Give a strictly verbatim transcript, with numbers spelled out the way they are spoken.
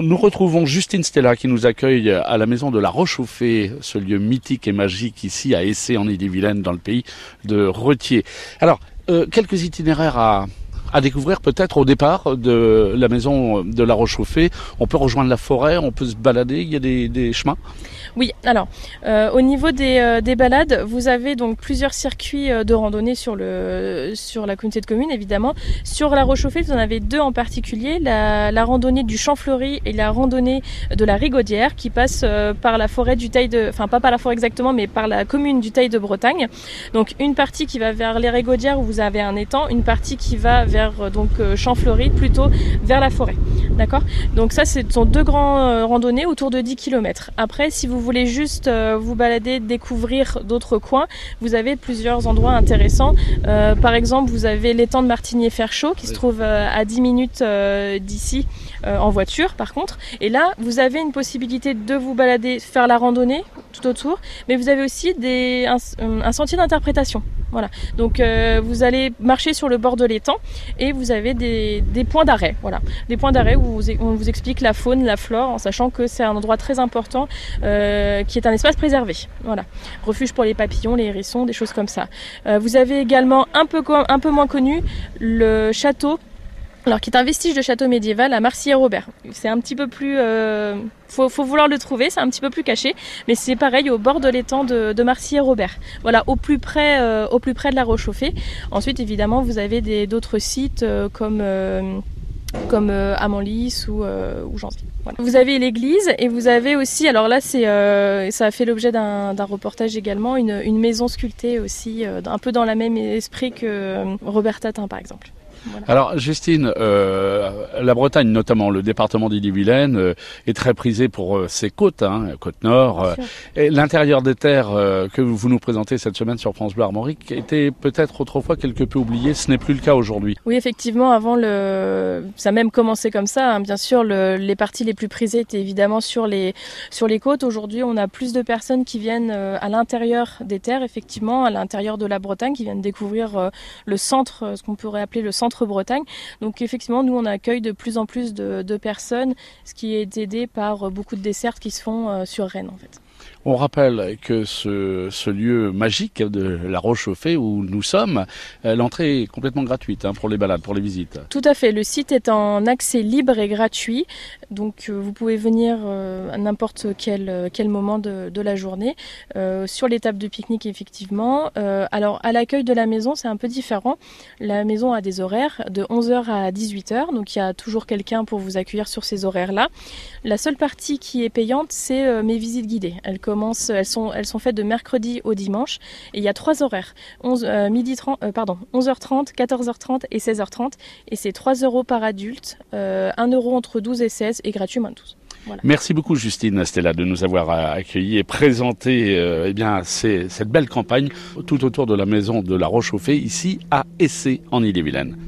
Nous retrouvons Justine Stella qui nous accueille à la maison de la Rochauffée, ce lieu mythique et magique ici à Essé en Ille-et-Vilaine dans le pays de Retier. Alors, euh, quelques itinéraires à, à découvrir peut-être au départ de la maison de la Rochauffée. On peut rejoindre la forêt, on peut se balader, il y a des, des chemins. Oui, alors euh, au niveau des, euh, des balades, vous avez donc plusieurs circuits euh, de randonnée sur, le, sur la communauté de communes évidemment. Sur la Rochauffée, vous en avez deux en particulier, la, la randonnée du Champ Fleuri et la randonnée de la Rigaudière qui passe euh, par la forêt du Teil de, enfin pas par la forêt exactement, mais par la commune du Teil de Bretagne. Donc une partie qui va vers les Rigaudières où vous avez un étang, une partie qui va vers euh, donc euh, Champ Fleuri plutôt vers la forêt. D'accord ? Donc ça, ce sont deux grands euh, randonnées autour de dix kilomètres. Après, si vous voulez juste euh, vous balader, découvrir d'autres coins, vous avez plusieurs endroits intéressants. Euh, par exemple, vous avez l'étang de Martigny-Ferchaud qui oui. se trouve euh, à dix minutes euh, d'ici euh, en voiture par contre. Et là, vous avez une possibilité de vous balader, faire la randonnée tout autour, mais vous avez aussi des, un, un sentier d'interprétation. Voilà. Donc euh, vous allez marcher sur le bord de l'étang et vous avez des, des points d'arrêt. Voilà. Des points d'arrêt où vous, on vous explique la faune, la flore, en sachant que c'est un endroit très important euh, qui est un espace préservé. Voilà. Refuge pour les papillons, les hérissons, des choses comme ça. Euh, vous avez également un peu, un peu moins connu le château, alors qui est un vestige de château médiéval à Marcilly-et-Robert. C'est un petit peu plus... Euh, faut, faut vouloir le trouver, c'est un petit peu plus caché, mais c'est pareil au bord de l'étang de, de Marcilly-et-Robert. Voilà, au plus près, euh, au plus près de la Rochauffée. Ensuite, évidemment, vous avez des, d'autres sites euh, comme... Euh, comme euh, Amanlis ou, euh, ou Janzy. Voilà. Vous avez l'église et vous avez aussi, alors là c'est, euh, ça a fait l'objet d'un, d'un reportage également, une, une maison sculptée aussi, euh, un peu dans le même esprit que euh, Robert Tatin par exemple. Voilà. Alors Justine, euh, la Bretagne, notamment le département d'Ille-et-Vilaine, euh, est très prisé pour euh, ses côtes, hein, côte nord. Euh, et l'intérieur des terres euh, que vous nous présentez cette semaine sur France Bleu Armorique était peut-être autrefois quelque peu oublié. Ce n'est plus le cas aujourd'hui. Oui, effectivement, avant le, ça a même commencé comme ça. Hein. Bien sûr, le, les parties les plus prisées étaient évidemment sur les sur les côtes. Aujourd'hui, on a plus de personnes qui viennent euh, à l'intérieur des terres, effectivement, à l'intérieur de la Bretagne, qui viennent découvrir euh, le centre, ce qu'on pourrait appeler le centre Bretagne. Donc effectivement, nous on accueille de plus en plus de, de personnes, ce qui est aidé par beaucoup de dessertes qui se font euh, sur Rennes en fait. On rappelle que ce, ce lieu magique de la Rochauffée où nous sommes, l'entrée est complètement gratuite hein, pour les balades, pour les visites. Tout à fait, le site est en accès libre et gratuit, donc euh, vous pouvez venir euh, à n'importe quel, quel moment de, de la journée. Euh, sur les tables de pique-nique effectivement, euh, alors à l'accueil de la maison c'est un peu différent. La maison a des horaires de onze heures à dix-huit heures, donc il y a toujours quelqu'un pour vous accueillir sur ces horaires-là. La seule partie qui est payante, c'est euh, mes visites guidées. Elles commencent, elles sont, elles sont faites de mercredi au dimanche et il y a trois horaires, onze, euh, midi trente, euh, pardon, onze heures trente, quatorze heures trente et seize heures trente et c'est trois euros par adulte, euh, un euro entre douze et seize et gratuit moins de douze. Voilà. Merci beaucoup Justine Stella de nous avoir accueillis et présenté euh, eh bien, ces, cette belle campagne tout autour de la maison de la Rochauffée ici à Essé en Ille-et-Vilaine.